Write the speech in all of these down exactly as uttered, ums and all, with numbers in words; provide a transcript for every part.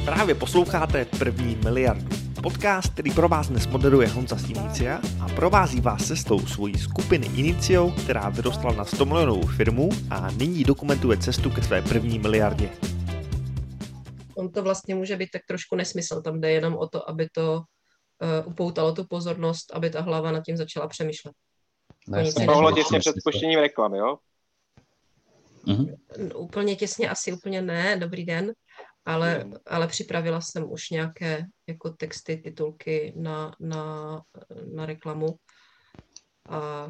Právě posloucháte První miliardu. Podcast, který pro vás dnes moderuje Honza z Inicia a provází vás cestou svojí skupiny Inicio, která vyrostla na sto milionovou firmu a nyní dokumentuje cestu ke své první miliardě. On to vlastně může být tak trošku nesmysl. Tam jde jenom o to, aby to uh, upoutalo tu pozornost, aby ta hlava nad tím začala přemýšlet. Mohlo těsně před spuštěním reklamy, jo? Mm-hmm. Úplně těsně asi úplně ne, dobrý den, ale, mm. ale připravila jsem už nějaké jako texty, titulky na, na, na reklamu a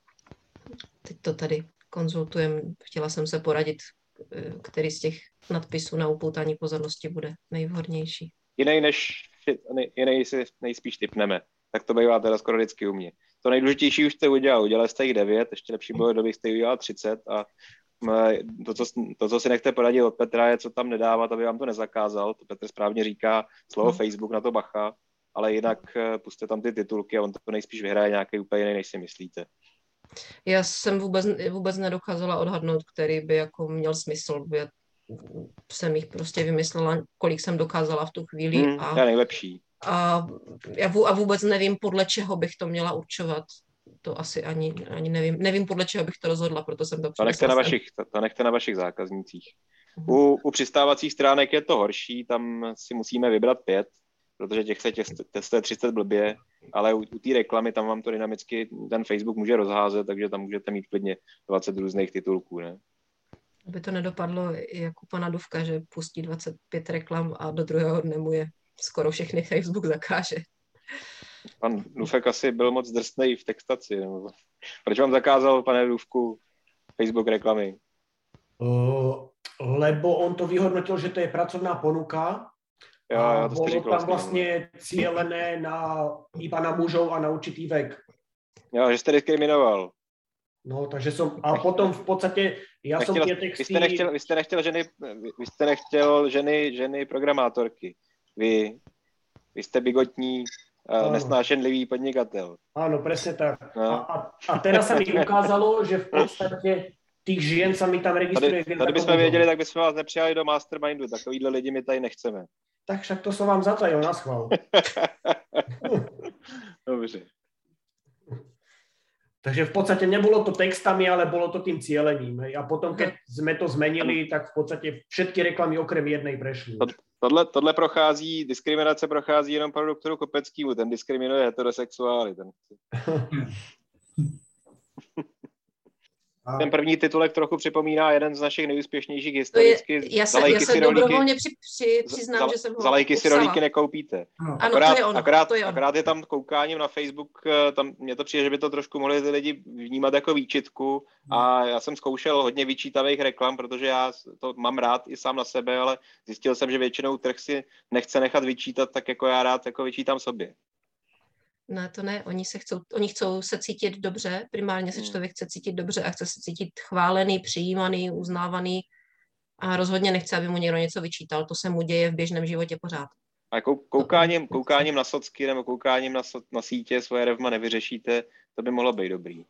teď to tady konzultujeme. Chtěla jsem se poradit, který z těch nadpisů na upoutání pozornosti bude nejvhodnější. Jiný než, jiný si nejspíš tipneme, tak to bývá teda skoro vždycky u mě. To nejdůležitější už jste udělal, udělali jste jich devět, ještě lepší bylo, kdyby jste udělal třicet a to co, to, co si nechte poradit od Petra, je, co tam nedávat, aby vám to nezakázal. To Petr správně říká, slovo hmm. Facebook, na to bacha, ale jinak puste tam ty titulky a on to nejspíš vyhraje nějaký úplně jiný, než si myslíte. Já jsem vůbec, vůbec nedokázala odhadnout, který by jako měl smysl. Já jsem jich prostě vymyslela, kolik jsem dokázala v tu chvíli. Hmm, a, to je nejlepší. A, a vůbec nevím, podle čeho bych to měla určovat. To asi ani, ani nevím. Nevím, podle čeho bych to rozhodla, proto jsem to To nechte na vašich, to, to nechte na vašich zákaznících. Uh-huh. U, u přistávacích stránek je to horší, tam si musíme vybrat pět, protože těch se testuje třicet blbě, ale u, u té reklamy tam vám to dynamicky ten Facebook může rozházet, takže tam můžete mít klidně dvacet různých titulků, ne? Aby to nedopadlo jako pana Dufka, že pustí dvacet pět reklam a do druhého dne mu je skoro všechny Facebook zakáže. Pan Dufek asi byl moc drsnej v textaci. Nebo... Proč vám zakázal, pane Dufku, Facebook reklamy? Uh, lebo on to vyhodnotil, že to je pracovná ponuka. Jo, a jo, to bolo říkal, tam vlastně cílené na, iba na mužov a na určitý vek. Jo, že jste diskriminoval. No, takže som, a potom v podstate, ja nechtěl, som tie texty... Vy jste nechtěl, vy jste nechtěl ženy, vy jste nechtěl ženy, ženy programátorky. Vy, vy jste bigotní, uh, nesnášenlivý podnikatel. Áno, presne tak. No. A, a, a teraz sa mi ukázalo, že v podstate tých žien sa mi tam registruje... Tady, tady bychom věděli, tak bychom vás nepřijali do mastermindu. Takovýhle lidi my tady nechceme. Tak však to som vám zatajil na schvál. Dobře. Takže v podstate nebolo to textami, ale bolo to tým cielením. A potom, keď sme to zmenili, tak v podstate všetky reklamy okrem jednej prešli. Tohle, tohle prochází, diskriminace prochází jenom panu doktoru Kopeckýmu, ten diskriminuje heterosexuály. Ten, ten první titulek trochu připomíná jeden z našich nejúspěšnějších historicky. Je, já, se, já se dobrovolně při, při, přiznám, za, že jsem ho za lajky si rolíky nekoupíte. No. Akorát, ano, to je ono, akorát, to je ono. akorát je tam koukáním na Facebook, tam mně to přijde, že by to trošku mohli ty lidi vnímat jako výčitku a já jsem zkoušel hodně vyčítavých reklam, protože já to mám rád i sám na sebe, ale zjistil jsem, že většinou trh si nechce nechat vyčítat tak, jako já rád jako vyčítám sobě. Ne, to ne, oni, se chcou, oni chcou se cítit dobře, primárně se člověk chce cítit dobře a chce se cítit chválený, přijímaný, uznávaný a rozhodně nechce, aby mu někdo něco vyčítal, to se mu děje v běžném životě pořád. A koukáním, koukáním na socky nebo koukáním na, so, na sítě svoje revma nevyřešíte, to by mohlo být dobrý.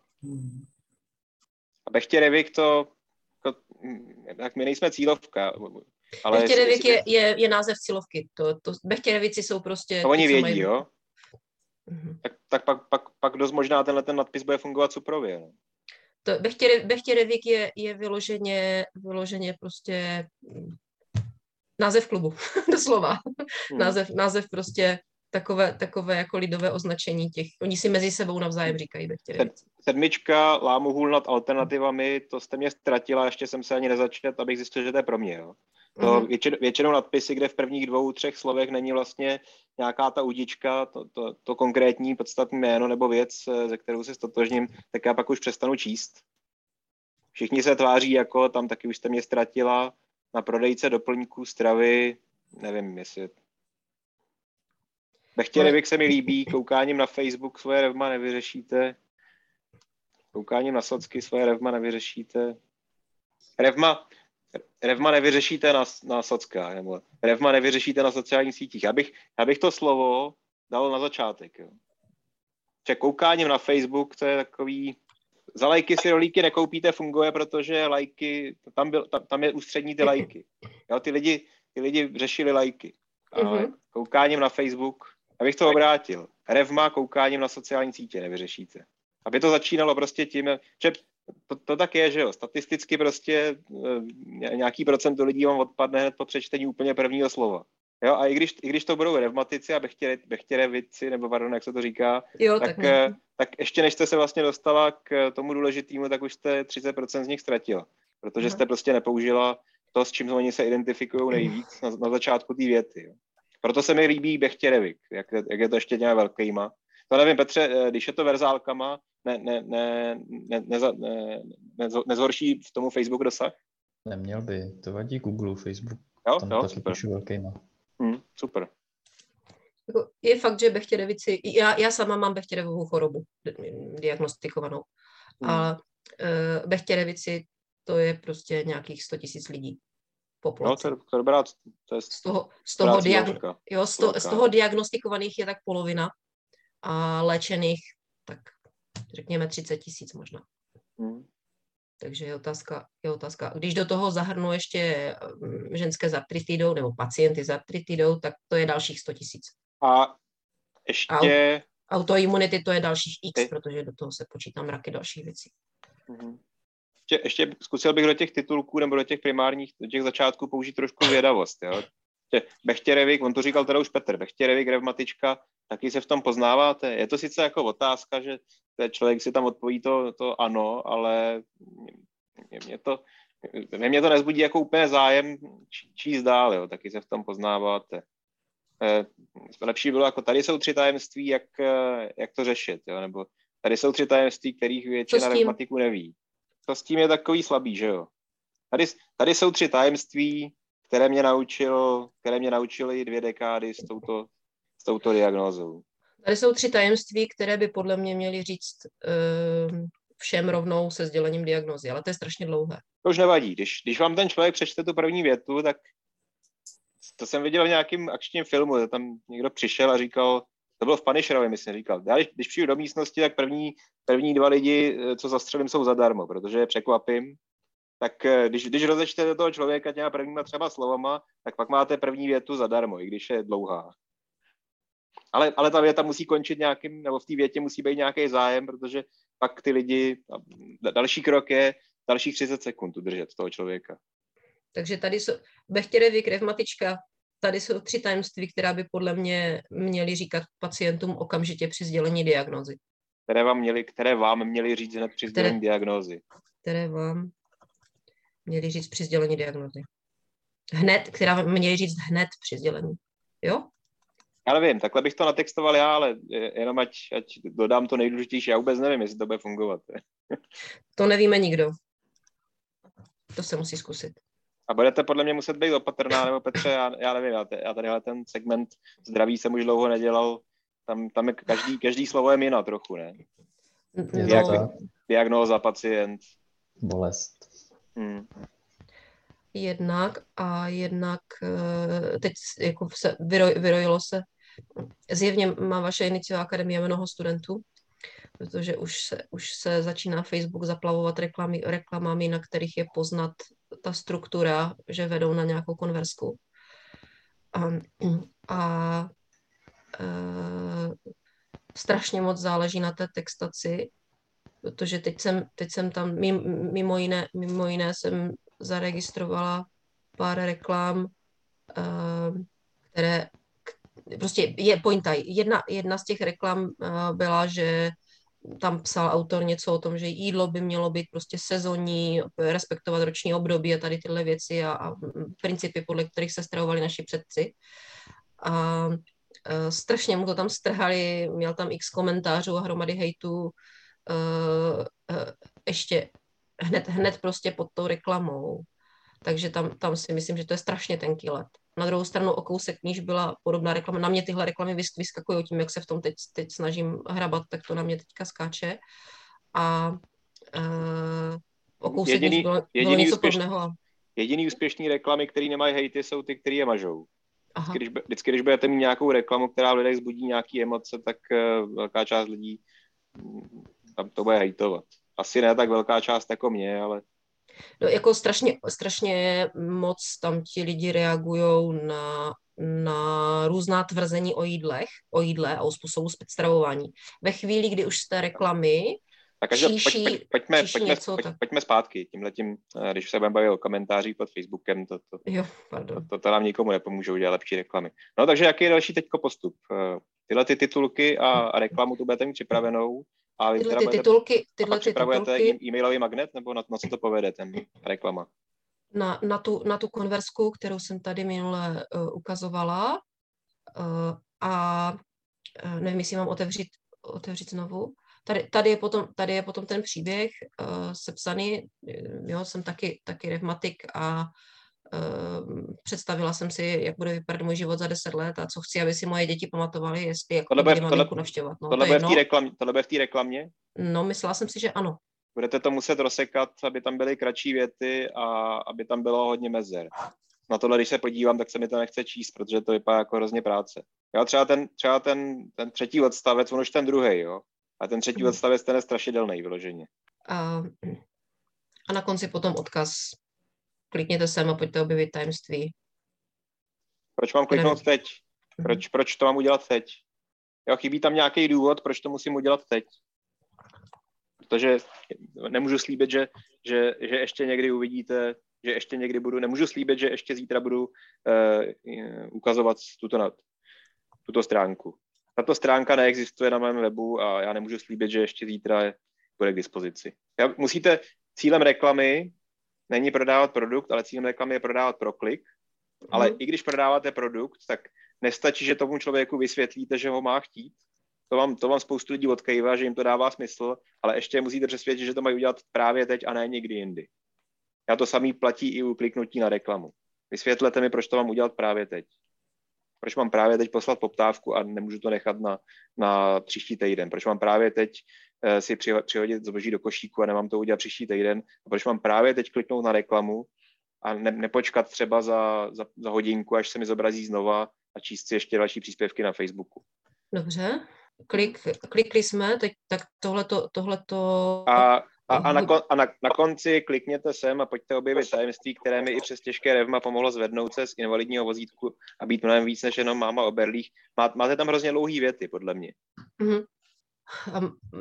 A Bechtěrevik to, to, tak my nejsme cílovka. Ale Bechtěrevik je, je, je název cílovky, to, to, Bechtěrevici jsou prostě... To oni vědí, mají... jo? Mm-hmm. Tak, tak pak, pak, pak dost možná tenhle ten nadpis bude fungovat suprově. Ne? To Bechtěre, Bechtěrevik je, je vyloženě, vyloženě prostě název klubu, doslova. Hmm. název, název prostě takové, takové jako lidové označení těch. Oni si mezi sebou navzájem říkají Bechtěrevici. Sedmička, lámu hůl nad alternativami, to jste mě ztratila, ještě jsem se ani nezačet, abych zjistil, že to je pro mě. Jo? To mm-hmm. většinou, většinou nadpisy, kde v prvních dvou, třech slovech není vlastně nějaká ta udička, to, to, to konkrétní podstatné jméno nebo věc, ze kterou se stotožním, tak já pak už přestanu číst. Všichni se tváří jako, tam taky už jste mě ztratila, na prodejce doplňků stravy, nevím, jestli... Bechtěrevik se mi líbí, koukáním na Facebook svoje revma nevyřešíte, koukáním na socky svoje revma nevyřešíte. Revma... Revma nevyřešíte na, na sockách, nebo revma nevyřešíte na sociálních sítích. Já bych, já bych to slovo dal na začátek. Jo. Čiže koukáním na Facebook, to je takový... Za lajky si rolíky nekoupíte, funguje, protože lajky, tam, byl, tam, tam je ústřední ty lajky. Jo, ty, lidi, ty lidi řešili lajky. ale mm-hmm. koukáním na Facebook, abych to obrátil. Revma koukáním na sociální sítě nevyřešíte. Aby to začínalo prostě tím, že to, to tak je, že jo, statisticky prostě nějaký procento lidí vám odpadne hned po přečtení úplně prvního slova. Jo, a i když, i když to budou revmatici a bechtěrevici, nebo pardon, jak se to říká, jo, tak, tak, tak ještě než jste se vlastně dostala k tomu důležitému, tak už jste třicet procent z nich ztratila. Protože Aha. jste prostě nepoužila to, s čím oni se identifikují nejvíc na, na začátku té věty. Jo. Proto se mi líbí Bechtěrevik, jak, jak je to ještě těma velkýma. To nevím, Petře, když je to verzálkama, ne, ne, ne, ne, ne, ne, ne, nezhorší v tomu Facebook dosah? Neměl by, to vadí Google, Facebook. Jo, tam jo, taky píšu velkýma. Hmm, super. Je fakt, že Bechtěrevici, já, já sama mám Bechtěrevovou chorobu diagnostikovanou, hmm. a uh, Bechtěrevici to je prostě nějakých sto tisíc lidí. Populace. No, to, to, dobrá, to je z toho, z toho, diagn- jo, z, to, z toho diagnostikovaných je tak polovina a léčených tak řekněme třicet tisíc možná. Hmm. Takže je otázka, je otázka. Když do toho zahrnu ještě ženské s artritidou nebo pacienty s artritidou, tak to je dalších sto tisíc. A ještě... A autoimunity to je dalších X, je... protože do toho se počítám mraky dalších věcí. Hmm. Ještě, ještě zkusil bych do těch titulků nebo do těch primárních, do těch začátků použít trošku zvědavost. Jo? Bechtěrevik, on to říkal teda už Petr, Bechtěrevik, revmatička, taky se v tom poznáváte. Je to sice jako otázka, že člověk si tam odpoví to, to ano, ale mě to, mě to nezbudí jako úplně zájem číst dál, jo? Taky se v tom poznáváte. Lepší bylo jako tady jsou tři tajemství, jak, jak to řešit, jo? Nebo tady jsou tři tajemství, kterých většina revmatiků neví. To s tím je takový slabý, že jo. Tady, tady jsou tři tajemství, které mě naučil, které mě naučily dvě dekády s touto, s touto diagnózou. Tady jsou tři tajemství, které by podle mě měly říct uh, všem rovnou se sdělením diagnózy, ale to je strašně dlouhé. To už nevadí. Když, když vám ten člověk přečte tu první větu, tak to jsem viděl v nějakém akčním filmu, že tam někdo přišel a říkal, to bylo v Punisherovi, myslím, říkal. Já když, když přijdu do místnosti, tak první, první dva lidi, co zastřelím, jsou zadarmo, protože je překvapím. Tak když, když rozečtete toho člověka těma prvníma třeba slovama, tak pak máte první větu zadarmo, i když je dlouhá. Ale, ale ta věta musí končit nějakým, nebo v té větě musí být nějaký zájem, protože pak ty lidi, další krok je dalších třicet sekund udržet toho člověka. Takže tady jsou Bechtěrevik, revmatička, tady jsou tři tajemství, která by podle mě měly říkat pacientům okamžitě při sdělení diagnózy. Které vám měli, které vám měli říct hned při sdělení které, diagnózy. Které vám měli říct při sdělení diagnózy. Hned, která vám měli říct hned při sdělení. Jo? Já nevím, takhle bych to natextoval já, ale jenom ať, ať dodám to nejdůležitější. Já vůbec nevím, jestli to bude fungovat. To nevíme nikdo. To se musí zkusit. A budete podle mě muset být opatrná, nebo Petře, já, já nevím, já, já tadyhle ten segment zdraví jsem už dlouho nedělal, tam, tam je každý, každý slovo je mina trochu, ne? No. Diag, diagnóza, pacient. Bolest. Hmm. Jednak a jednak teď jako se vyroj, vyrojilo se, zjevně má vaše iniciová akademie mnoho studentů, protože už se, už se začíná Facebook zaplavovat reklamy, reklamami, na kterých je poznat ta struktura, že vedou na nějakou konverzku. A, a e, strašně moc záleží na té textaci, protože teď jsem, teď jsem tam, mimo jiné, mimo jiné jsem zaregistrovala pár reklam, e, které prostě je pointa. Jedna, jedna z těch reklam uh, byla, že tam psal autor něco o tom, že jídlo by mělo být prostě sezonní, respektovat roční období a tady tyhle věci a, a principy, podle kterých se stravovali naši předci. A uh, strašně mu to tam strhali, měl tam x komentářů a hromady hejtů. Uh, uh, ještě hned, hned prostě pod tou reklamou. Takže tam, tam si myslím, že to je strašně tenký led. Na druhou stranu o kousek níž byla podobná reklama. Na mě tyhle reklamy vyskakují tím, jak se v tom teď, teď snažím hrabat, tak to na mě teďka skáče. A uh, o kousek jediný, níž bylo, jediný bylo něco úspěšný, podobného. Jediný úspěšný reklamy, které nemají hejty, jsou ty, které je mažou. Vždycky když, vždycky, když budete mít nějakou reklamu, která v lidech zbudí nějaké emoce, tak uh, velká část lidí tam to bude hejtovat. Asi ne tak velká část jako mě, ale... No, jako strašně, strašně moc tam ti lidi reagují na, na různá tvrzení o jídlech, o jídle a o způsobu stravování. Ve chvíli, kdy už z té reklamy tak každá, číší, pojď, pojď, pojďme, číší pojďme, něco, pojď, tak... pojďme zpátky. Tímhletím, když se budeme bavit o komentářích pod Facebookem, to, to, jo, pardon. to, to, to nám nikomu nepomůže udělat lepší reklamy. No takže jaký je další teďko postup? Tyhle ty titulky a, a reklamu tu budete mít připravenou. A vy tyhle teda ty budete, titulky, tyhle a ty připravujete titulky... e-mailový magnet, nebo na, na co to povede ten reklama? Na, na, tu, na tu konverzku, kterou jsem tady minule uh, ukazovala. Uh, a uh, nevím, jestli mám otevřít, otevřít znovu. Tady, tady, je potom, tady je potom ten příběh uh, sepsaný. Jo, jsem taky, taky revmatik a uh, představila jsem si, jak bude vypadat můj život za deset let a co chci, aby si moje děti pamatovaly, jestli jako tohle bude, maminku navštěvovat. No, tohle, to bude je v té reklamě, tohle bude v té reklamě? No, myslela jsem si, že ano. Budete to muset rozsekat, aby tam byly kratší věty a aby tam bylo hodně mezer. Na tohle, když se podívám, tak se mi to nechce číst, protože to vypadá jako hrozně práce. Jo, třeba ten, třeba ten, ten třetí odstavec, on už ten druhej, jo. A ten třetí odstavec, ten je strašidelný vyloženě. A, a na konci potom odkaz. Klikněte sem a pojďte objevit tajemství. Proč mám kliknout teď? Proč, proč to mám udělat teď? Jo, chybí tam nějaký důvod, proč to musím udělat teď. Protože nemůžu slíbit, že, že, že ještě někdy uvidíte, že ještě někdy budu, nemůžu slíbit, že ještě zítra budu uh, ukazovat tuto, tuto stránku. Tato stránka neexistuje na mém webu a já nemůžu slíbit, že ještě zítra je, bude k dispozici. Já, musíte, cílem reklamy není prodávat produkt, ale cílem reklamy je prodávat pro klik. Mm. Ale i když prodáváte produkt, tak nestačí, že tomu člověku vysvětlíte, že ho má chtít. To vám, to vám spoustu lidí odkejvá, že jim to dává smysl, ale ještě musíte přesvědčit, že to mají udělat právě teď a ne někdy jindy. Já to samý platí i u kliknutí na reklamu. Vysvětlete mi, proč to mám udělat právě teď. Proč mám právě teď poslat poptávku a nemůžu to nechat na, na příští týden. Proč mám právě teď uh, si přihodit zboží do košíku a nemám to udělat příští týden. A proč mám právě teď kliknout na reklamu a ne, nepočkat třeba za, za, za hodinku, až se mi zobrazí znova a číst si ještě další příspěvky na Facebooku. Dobře. Klik, klikli jsme, teď tak tohleto... tohleto... A, a, a, na, kon, a na, na konci klikněte sem a pojďte objevit tajemství, které mi i přes těžké revma pomohlo zvednout se z invalidního vozítku a být mnohem víc než jenom máma o berlích. Má, máte tam hrozně dlouhý věty, podle mě. Mm-hmm. A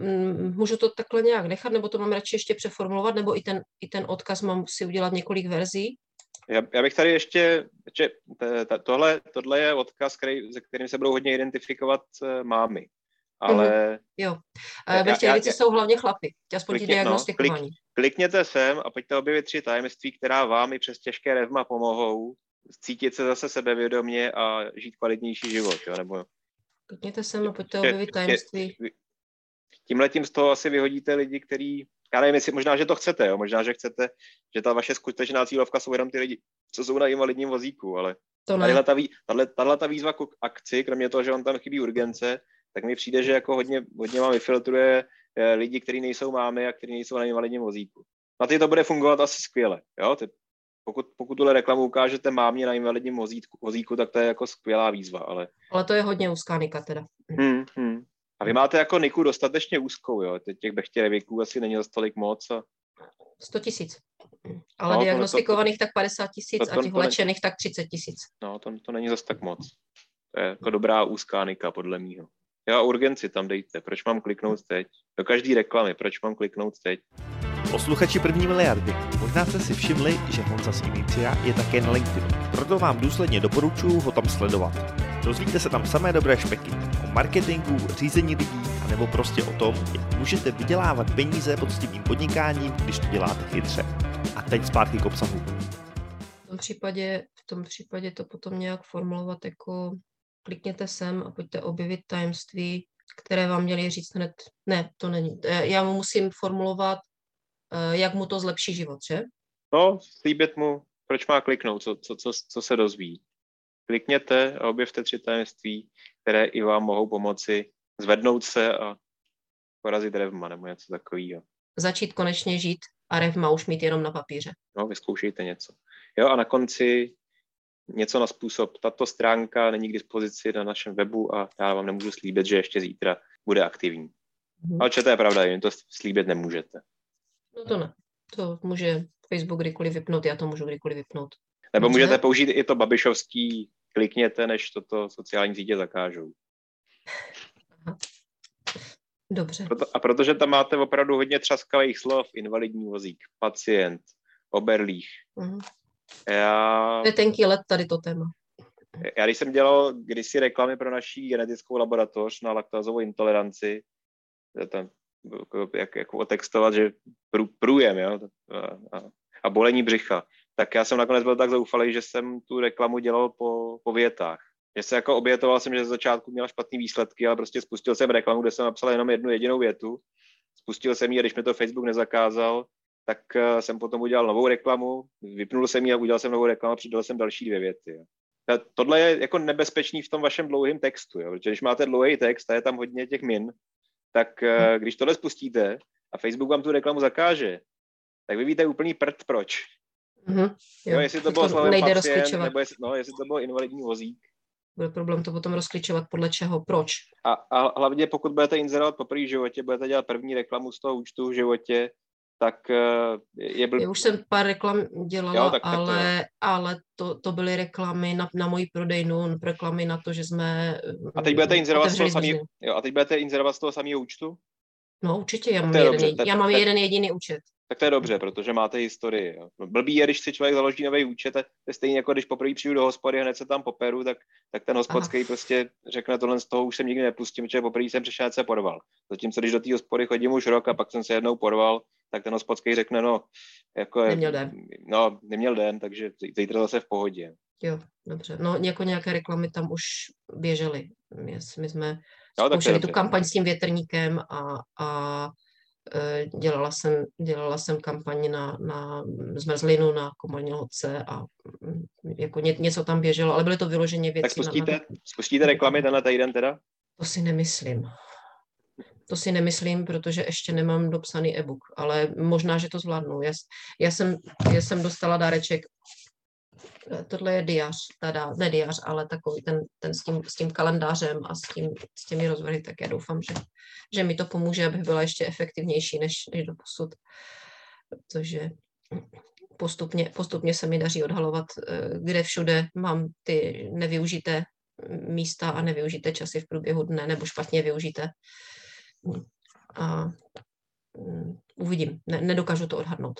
můžu to takhle nějak nechat, nebo to mám radši ještě přeformulovat, nebo i ten, i ten odkaz mám si udělat několik verzí? Já, já bych tady ještě, ještě tohle, tohle je odkaz, který, se kterým se budou hodně identifikovat mámy. Ale... Mm-hmm. Jo. Ve chtělici jsou hlavně chlapy, aspoň ti diagnostikovaní. No, klik, klikněte sem a pojďte objevit tři tajemství, která vám i přes těžké revma pomohou cítit se zase sebevědomě a žít kvalitnější život. Jo? Nebo... Klikněte sem a pojďte objevit tajemství. Tímhletím z toho asi vyhodíte lidi, kteří, já nevím, jestli, možná, že to chcete, jo? Možná, že chcete, že ta vaše skutečná cílovka jsou jenom ty lidi, co jsou na invalidním vozíku, ale tahle ta, tahle, tahle ta výzva k akci, kromě toho, že on tam chybí urgence, tak mi přijde, že jako hodně, hodně vám vyfiltruje eh, lidi, kteří nejsou mámy a kteří nejsou na invalidním vozíku. Na ty to bude fungovat asi skvěle. Jo? Ty, pokud, pokud tuhle reklamu ukážete mámě na invalidním vozíku, vozíku, tak to je jako skvělá výzva. Ale, ale to je hodně úzká nika teda. Hmm, hmm. A vy máte jako niku dostatečně úzkou, jo? Těch bechtěrevěků asi není zase tolik moc. A... sto tisíc. Ale no, diagnostikovaných to, to, tak padesát tisíc to, to, a těch léčených tak třicet tisíc. No, to, to není zase tak moc. To je jako dobrá úzká nika, podle mýho. Jo, urgenci tam dejte. Proč mám kliknout teď? Do každý reklamy. Proč mám kliknout teď? Posluchači první miliardy. Možná jste si všimli, že Honza z Inicia je také na LinkedInu. Proto vám důsledně doporučuji ho tam sledovat. Dozvíte se tam samé dobré špeky. O marketingu, řízení lidí, anebo prostě o tom, jak můžete vydělávat peníze poctivým podnikáním, když to děláte chytře. A teď zpátky k obsahu. V tom případě, v tom případě to potom nějak formulovat jako klikněte sem a pojďte objevit tajemství, které vám měli říct hned. Ne, to není. Já mu musím formulovat, jak mu to zlepší život, že? No, slíbit mu, proč má kliknout, co, co, co, co se dozví. Klikněte a objevte tři tajemství, které i vám mohou pomoci zvednout se a porazit revma nebo něco takového. Začít konečně žít a revma už mít jenom na papíře. No, vyzkoušejte něco. Jo, a na konci něco na způsob. Tato stránka není k dispozici na našem webu a já vám nemůžu slíbit, že ještě zítra bude aktivní. Mm. Ale to je pravda, jen to slíbit nemůžete. No to ne. To může Facebook kdykoliv vypnout, já to můžu kdykoliv vypnout. Nebo Dobře. můžete použít i to babišovský klikněte, než toto sociální sítě zakážou. Aha. Dobře. Proto, a protože tam máte opravdu hodně třaskalých slov, invalidní vozík, pacient, oberlích. Uh-huh. Já, To je tenký let tady to téma. já když jsem dělal kdysi reklamy pro naší genetickou laboratoř na laktázovou intoleranci, tam, jak, jak otextovat, že prů, průjem, jo, a, a, a bolení břicha, tak já jsem nakonec byl tak zoufalý, že jsem tu reklamu dělal po, po větách. Že se jako obětoval jsem, že ze začátku měla špatný výsledky, ale prostě spustil jsem reklamu, kde jsem napsal jenom jednu jedinou větu. Spustil jsem ji a když mi to Facebook nezakázal, tak jsem potom udělal novou reklamu, vypnul jsem ji a udělal jsem novou reklamu a přidal jsem další dvě věty. Jo. Tohle je jako nebezpečný v tom vašem dlouhém textu, jo, protože když máte dlouhý text a je tam hodně těch min, tak když tohle spustíte a Facebook vám tu reklamu zakáže, tak vy víte úplný prd proč. Mm-hmm, jo. Jo, jestli to bylo slovem nejde pacient, nebo jestli, no, jestli to bylo invalidní vozík. Bude problém to potom rozklíčovat podle čeho, proč. A, a hlavně pokud budete inzerovat po první životě, budete dělat první reklamu z toho účtu v životě, tak je blbý. Já už jsem pár reklam dělala, jo, tak, ale, tak to, ale to, to byly reklamy na, na moji prodejnu, reklamy na to, že jsme A teď budete inzerovat z toho otevřeli samý, jo, a teď budete inzerovat z toho samého účtu? No určitě, já Tak mám, to je jeden, dobře, tak- já mám tak- jeden jediný účet. Tak to je dobře, protože máte historii. Jo. Blbý je, když si člověk založí nový účet, to je stejně jako když poprvé přijdu do hospody a hned se tam poperu, tak, tak ten hospodský prostě řekne tohle z toho už jsem nikdy nepustím, protože poprvé jsem přišel, se porval. Zatímco když do té hospody chodím už rok a pak jsem se jednou porval, tak ten hospodský řekne, no, jako Neměl den. No, neměl den, takže zítra zase v pohodě. Jo, dobře. No jako nějaké reklamy tam už běžely. My, my jsme Jo, tak to je zkoušeli tu dobře. kampaň s tím větrníkem a, a e, dělala jsem, dělala jsem kampaň na, na zmrzlinu, na komorní lhodce a mm, jako ně, něco tam běželo, ale byly to vyloženě věci. Tak spustíte, na, na... spustíte reklamy tenhle týden teda? To si nemyslím. To si nemyslím, protože ještě nemám dopsaný e-book, ale možná, že to zvládnu. Já, já, jsem, já jsem dostala dáreček, tohle je diář, teda, ne diář, ale takový ten, ten s, tím, s tím kalendářem a s, tím, s těmi rozvrhy, tak já doufám, že, že mi to pomůže, abych byla ještě efektivnější než, než doposud. Protože postupně, postupně se mi daří odhalovat, kde všude mám ty nevyužité místa a nevyužité časy v průběhu dne, nebo špatně využité. A uvidím, ne, nedokážu to odhadnout.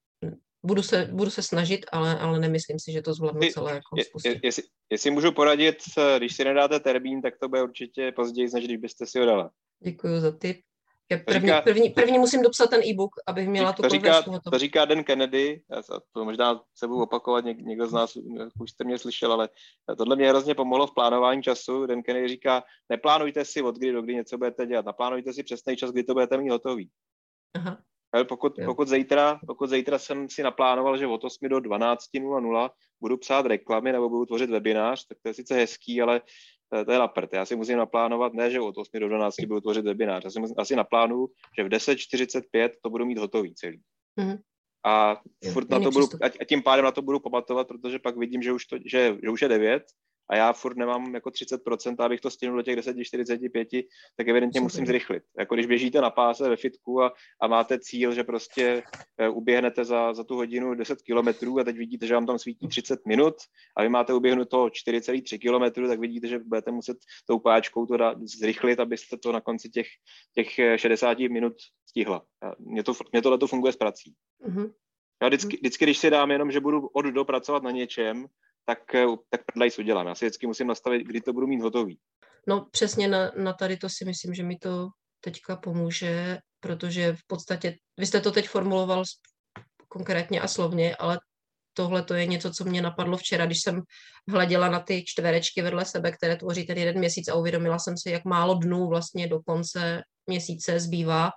Budu se, budu se snažit, ale, ale nemyslím si, že to zvládnu celé jako spustit. Je, jestli, jestli můžu poradit, když si nedáte termín, tak to bude určitě později, než když byste si ho dala. Děkuji za tip. Já první, říká, první, první musím dopsat ten e-book, abych měla tu to říká, konverzku. to říká Dan Kennedy, to možná se budu opakovat, něk, někdo z nás už jste mě slyšel, ale tohle mě hrozně pomohlo v plánování času. Dan Kennedy říká, neplánujte si od kdy do kdy něco budete dělat, naplánujte si přesný čas, kdy to budete mít hotový. Aha. Pokud, pokud, zítra, pokud zítra jsem si naplánoval, že od osmi do dvanácti nula nula budu psát reklamy nebo budu tvořit webinář, tak to je sice hezký, ale to, to je na prd. Já si musím naplánovat, ne, že od osmi do dvanácti budu tvořit webinář. Já si musím, asi naplánuju, že v deset čtyřicet pět to budu mít hotový celý. Mm-hmm. A furt na to budu, a tím pádem na to budu pamatovat, protože pak vidím, že už, to, že, že už je devět a já furt nemám jako třicet procent, abych to stihnul do těch deset čtyřicet pět, tak evidentně Super. musím zrychlit. Jako když běžíte na páse ve fitku a, a máte cíl, že prostě uh, uběhnete za, za tu hodinu deset kilometrů a teď vidíte, že vám tam svítí třicet minut a vy máte uběhnuto čtyři celá tři kilometru, tak vidíte, že budete muset tou páčkou to dát, zrychlit, abyste to na konci těch, těch šedesát minut stihla. Mně to, mně tohle to funguje s prací. Mm-hmm. Já vždycky, vždycky, když si dám jenom, že budu od do pracovat na něčem, tak, tak prdlajs udělám. Já si vždycky musím nastavit, kdy to budu mít hotový. No přesně na, na tady to si myslím, že mi to teďka pomůže, protože v podstatě, vy jste to teď formuloval konkrétně a slovně, ale tohle to je něco, co mě napadlo včera, když jsem hleděla na ty čtverečky vedle sebe, které tvoří ten jeden měsíc a uvědomila jsem si, jak málo dnů vlastně do konce měsíce zbývá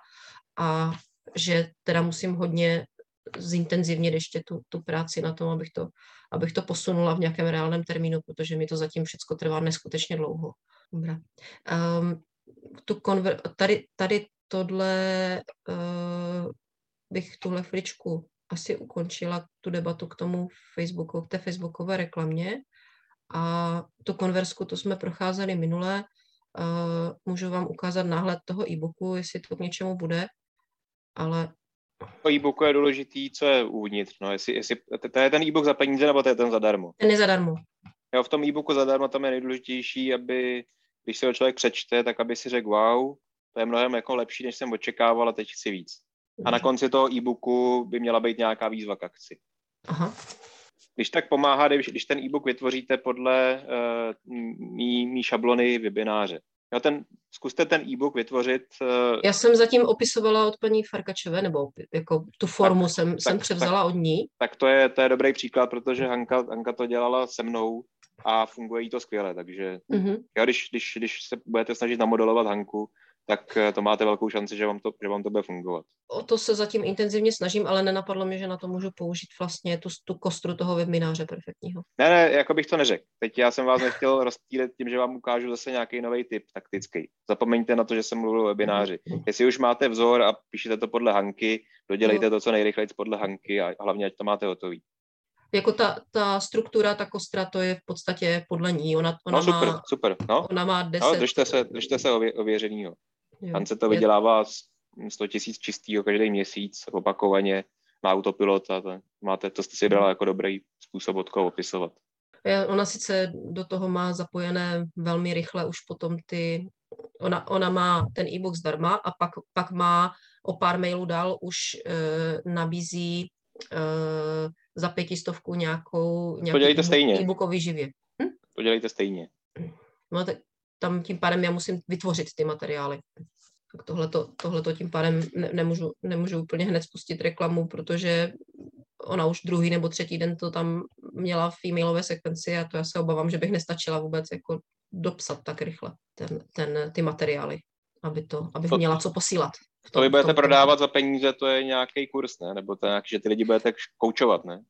a že teda musím hodně zintenzivnit ještě tu, tu práci na tom, abych to, abych to posunula v nějakém reálném termínu, protože mi to zatím všechno trvá neskutečně dlouho. Dobrá. Um, tu konver- tady, tady tohle uh, bych tuhle chviličku asi ukončila tu debatu k tomu Facebooku, k té facebookové reklamě a tu konverzku, to jsme procházeli minule. Uh, můžu vám ukázat náhled toho e-booku, jestli to k něčemu bude, ale To e-booku je důležitý, co je uvnitř. No, jestli, jestli, to je ten e-book za peníze, nebo to je ten zadarmo? Ten je zadarmo. Jo, v tom e-booku zadarmo tam je nejdůležitější, aby, když se ho člověk přečte, tak aby si řekl, wow, to je mnohem jako lepší, než jsem očekával, a teď chci víc. A na konci toho e-booku by měla být nějaká výzva k akci. Aha. Když tak pomáhá, když, když ten e-book vytvoříte podle uh, mý, mý šablony webináře. Jo, ten, zkuste ten e-book vytvořit. Uh, Já jsem zatím opisovala od paní Farkačové, nebo jako tu formu tak, jsem, tak, jsem převzala tak, od ní. Tak to je, to je dobrý příklad, protože Hanka, Hanka to dělala se mnou a funguje jí to skvěle. Takže mm-hmm. jo, když, když, když se budete snažit namodelovat Hanku, tak to máte velkou šanci, že vám to, že vám to bude fungovat. O to se zatím intenzivně snažím, ale nenapadlo mě, že na to můžu použít vlastně tu, tu kostru toho webináře perfektního. Ne, ne, jako bych to neřekl. Teď já jsem vás nechtěl rozptýlit tím, že vám ukážu zase nějaký nový tip taktický. Zapomeňte na to, že jsem mluvil o webináři. Jestli už máte vzor a píšete to podle Hanky, dodělejte no. to co nejrychleji podle Hanky a hlavně, ať to máte hotový. Jako ta, ta struktura, ta kostra, to je v podstatě podle ní. Ona, ona no super, má, super. No. Ona má deset... No, držte se, držte se ově, ověřenýho. Hance to vydělává sto tisíc čistýho každý měsíc, opakovaně na autopilot a to, máte, to jste si brala jako dobrý způsob, od koho opisovat. Ona sice do toho má zapojené velmi rychle už potom ty, ona, ona má ten e-book zdarma a pak, pak má o pár mailů dál už e, nabízí e, za pětistovku nějakou, nějaký e-book, e-bookový živě. Hm? To dělejte stejně. No tak tam tím pádem já musím vytvořit ty materiály. Tak tohleto, tohleto tím pádem ne, nemůžu, nemůžu úplně hned spustit reklamu, protože ona už druhý nebo třetí den to tam měla v e-mailové sekvenci a to já se obávám, že bych nestačila vůbec jako dopsat tak rychle ten, ten, ty materiály, aby to, abych měla co posílat. V tom, to vy budete prodávat za peníze, to je nějaký kurz, ne? Nebo to je nějaký, že ty lidi budete koučovat, ne?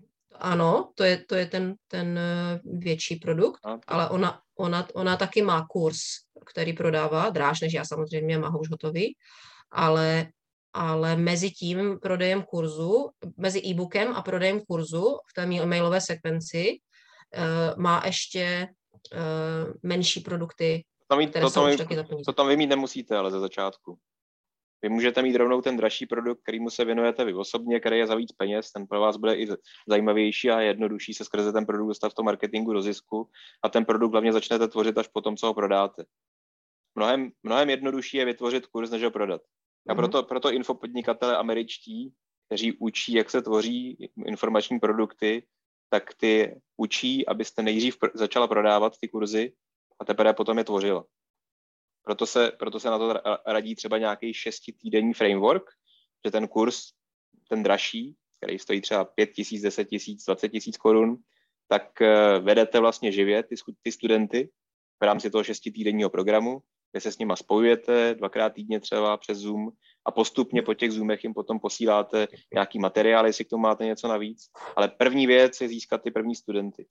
Ano, to je, to je ten, ten větší produkt, to... ale ona, ona, ona taky má kurz, který prodává, dráž než já samozřejmě, má ho už hotový, ale, ale mezi tím prodejem kurzu, mezi e-bookem a prodejem kurzu v té mailové sekvenci uh, má ještě uh, menší produkty, to mít, které to jsou už mít, taky za peníze. To tam vy mít nemusíte, ale ze začátku. Vy můžete mít rovnou ten dražší produkt, kterýmu se věnujete vy osobně, který je za víc peněz, ten pro vás bude i zajímavější a jednodušší se skrze ten produkt dostat v tom marketingu do zisku a ten produkt hlavně začnete tvořit až potom, co ho prodáte. Mnohem, mnohem jednodušší je vytvořit kurz, než ho prodat. A mm-hmm. proto, proto infopodnikatele američtí, kteří učí, jak se tvoří informační produkty, tak ty učí, abyste nejdřív pr- začala prodávat ty kurzy a teprve potom je tvořila. Proto se, proto se na to radí třeba nějaký šestitýdenní framework, že ten kurz, ten dražší, který stojí třeba pět tisíc, deset tisíc, dvacet tisíc korun, tak vedete vlastně živě ty, ty studenty v rámci toho šestitýdenního programu, kde se s nima spojujete dvakrát týdně třeba přes Zoom a postupně po těch Zoomech jim potom posíláte nějaký materiály, jestli k tomu máte něco navíc. Ale první věc je získat ty první studenty.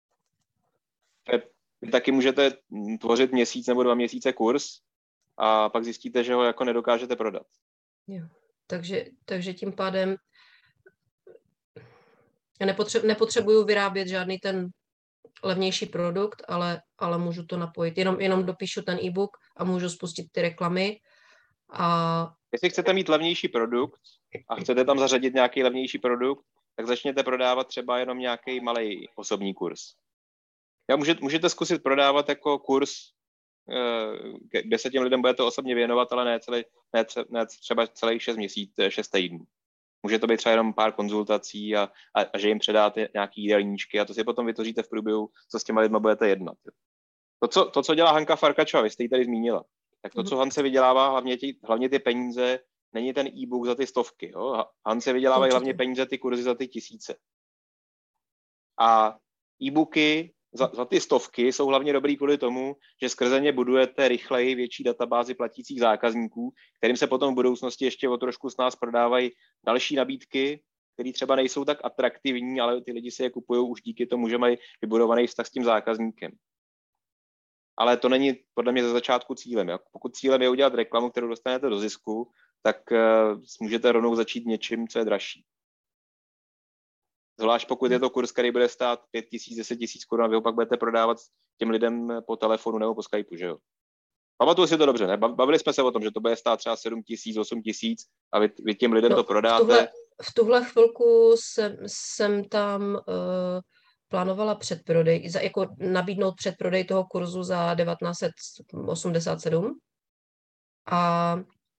Vy taky můžete tvořit měsíc nebo dva měsíce kurz a pak zjistíte, že ho jako nedokážete prodat. Jo. Takže, takže tím pádem já nepotře- nepotřebuju vyrábět žádný ten levnější produkt, ale, ale můžu to napojit. Jenom, jenom dopíšu ten e-book a můžu spustit ty reklamy. A... Jestli chcete mít levnější produkt a chcete tam zařadit nějaký levnější produkt, tak začněte prodávat třeba jenom nějaký malý osobní kurz. Já můžete, můžete zkusit prodávat jako kurz, kde se těm lidem budete osobně věnovat, ale ne, celý, ne, ne třeba celých šest měsíců, šest týdnů. Může to být třeba jenom pár konzultací a, a, a že jim předáte nějaký jídelníčky a to si potom vytvoříte v průběhu, co s těma lidma budete jednat. To, co, to, co dělá Hanka Farkačová, vy jste ji tady zmínila, tak to, co Hance vydělává, hlavně, tí, hlavně ty peníze, není ten e-book za ty stovky. Jo? Hance vydělávají hlavně peníze, ty kurzy za ty tisíce. A e-booky Za, za ty stovky jsou hlavně dobrý kvůli tomu, že skrze ně budujete rychleji větší databázi platících zákazníků, kterým se potom v budoucnosti ještě o trošku s nás prodávají další nabídky, které třeba nejsou tak atraktivní, ale ty lidi si je kupují už díky tomu, že mají vybudovaný vztah s tím zákazníkem. Ale to není podle mě ze začátku cílem. Jo? Pokud cílem je udělat reklamu, kterou dostanete do zisku, tak uh, můžete rovnou začít něčím, co je dražší. Zvlášť pokud je to kurz, který bude stát pět tisíc, deset tisíc korun a vy ho pak budete prodávat těm lidem po telefonu nebo po Skypeu, že jo? Pamatuju si to dobře, ne? Bavili jsme se o tom, že to bude stát třeba sedm tisíc, osm tisíc a vy, vy těm lidem no, to prodáte. V tuhle, v tuhle chvilku jsem, jsem tam uh, plánovala předprodej, za, jako nabídnout předprodej toho kurzu za devatenáct set osmdesát sedm. A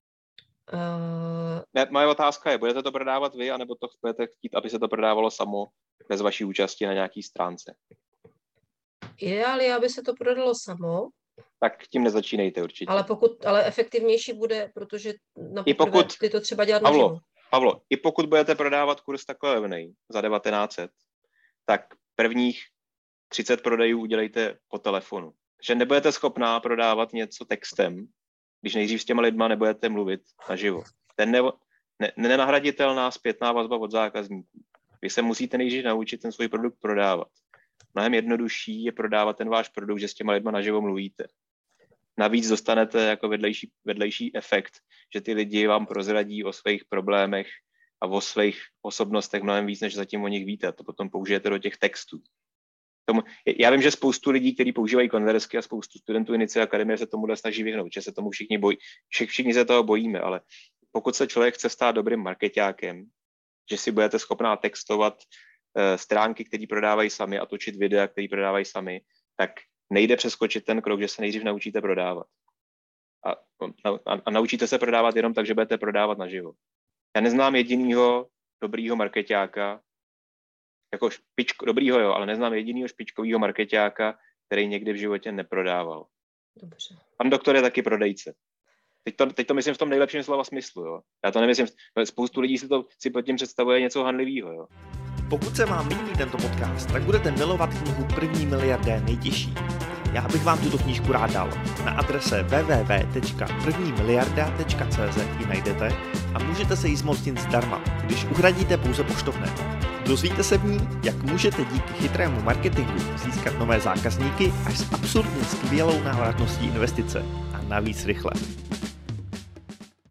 uh, ne, moje otázka je, budete to prodávat vy, anebo to budete chtít, aby se to prodávalo samo bez vaší účasti na nějaký stránce? Ideálně, aby se to prodalo samo. Tak tím nezačínejte určitě. Ale pokud, ale efektivnější bude, protože na I pokud, ty to třeba dělat Pavlo, naživo. Pavlo, i pokud budete prodávat kurz takhle levnej za devatenáct set, tak prvních třicet prodejů udělejte po telefonu. Že nebudete schopná prodávat něco textem, když nejdřív s těma lidma nebudete mluvit naživo. Ten ne, ne, nenahraditelná zpětná vazba od zákazníků. Vy se musíte nejdřív naučit ten svůj produkt prodávat. Mnohem jednodušší je prodávat ten váš produkt, že s těma lidma naživo mluvíte. Navíc dostanete jako vedlejší, vedlejší efekt, že ty lidi vám prozradí o svých problémech a o svých osobnostech mnohem víc, než zatím o nich víte. A to potom použijete do těch textů. Tomu, já vím, že spoustu lidí, kteří používají konverzky a spoustu studentů Inicia Akademie se tomuhle snaží vyhnout, že se tomu všichni bojí. Všichni se toho bojíme, ale pokud se člověk chce stát dobrým markeťákem, že si budete schopná textovat uh, stránky, které prodávají sami a točit videa, které prodávají sami, tak nejde přeskočit ten krok, že se nejdřív naučíte prodávat. A, a, a naučíte se prodávat jenom tak, že budete prodávat naživo. Já neznám jedinýho dobrýho markeťáka, jako špičko, dobrýho jo, ale neznám jedinýho špičkovýho markeťáka, který někdy v životě neprodával. Dobře. Pan doktor je taky prodejce. Teď to, teď to myslím v tom nejlepším slova smyslu, jo. Já to nemyslím, spoustu lidí si, to, si pod tím představuje něco hanlivýho, jo. Pokud se vám líbí tento podcast, tak budete milovat knihu První miliardé nejtěžší. Já bych vám tuto knížku rád dal. Na adrese w w w tečka první miliarda tečka c z ji najdete a můžete se jí zmocnit zdarma, když uhradíte pouze poštovné. Dozvíte se v ní, jak můžete díky chytrému marketingu získat nové zákazníky až s absurdně skvělou návratností investice a navíc rychle.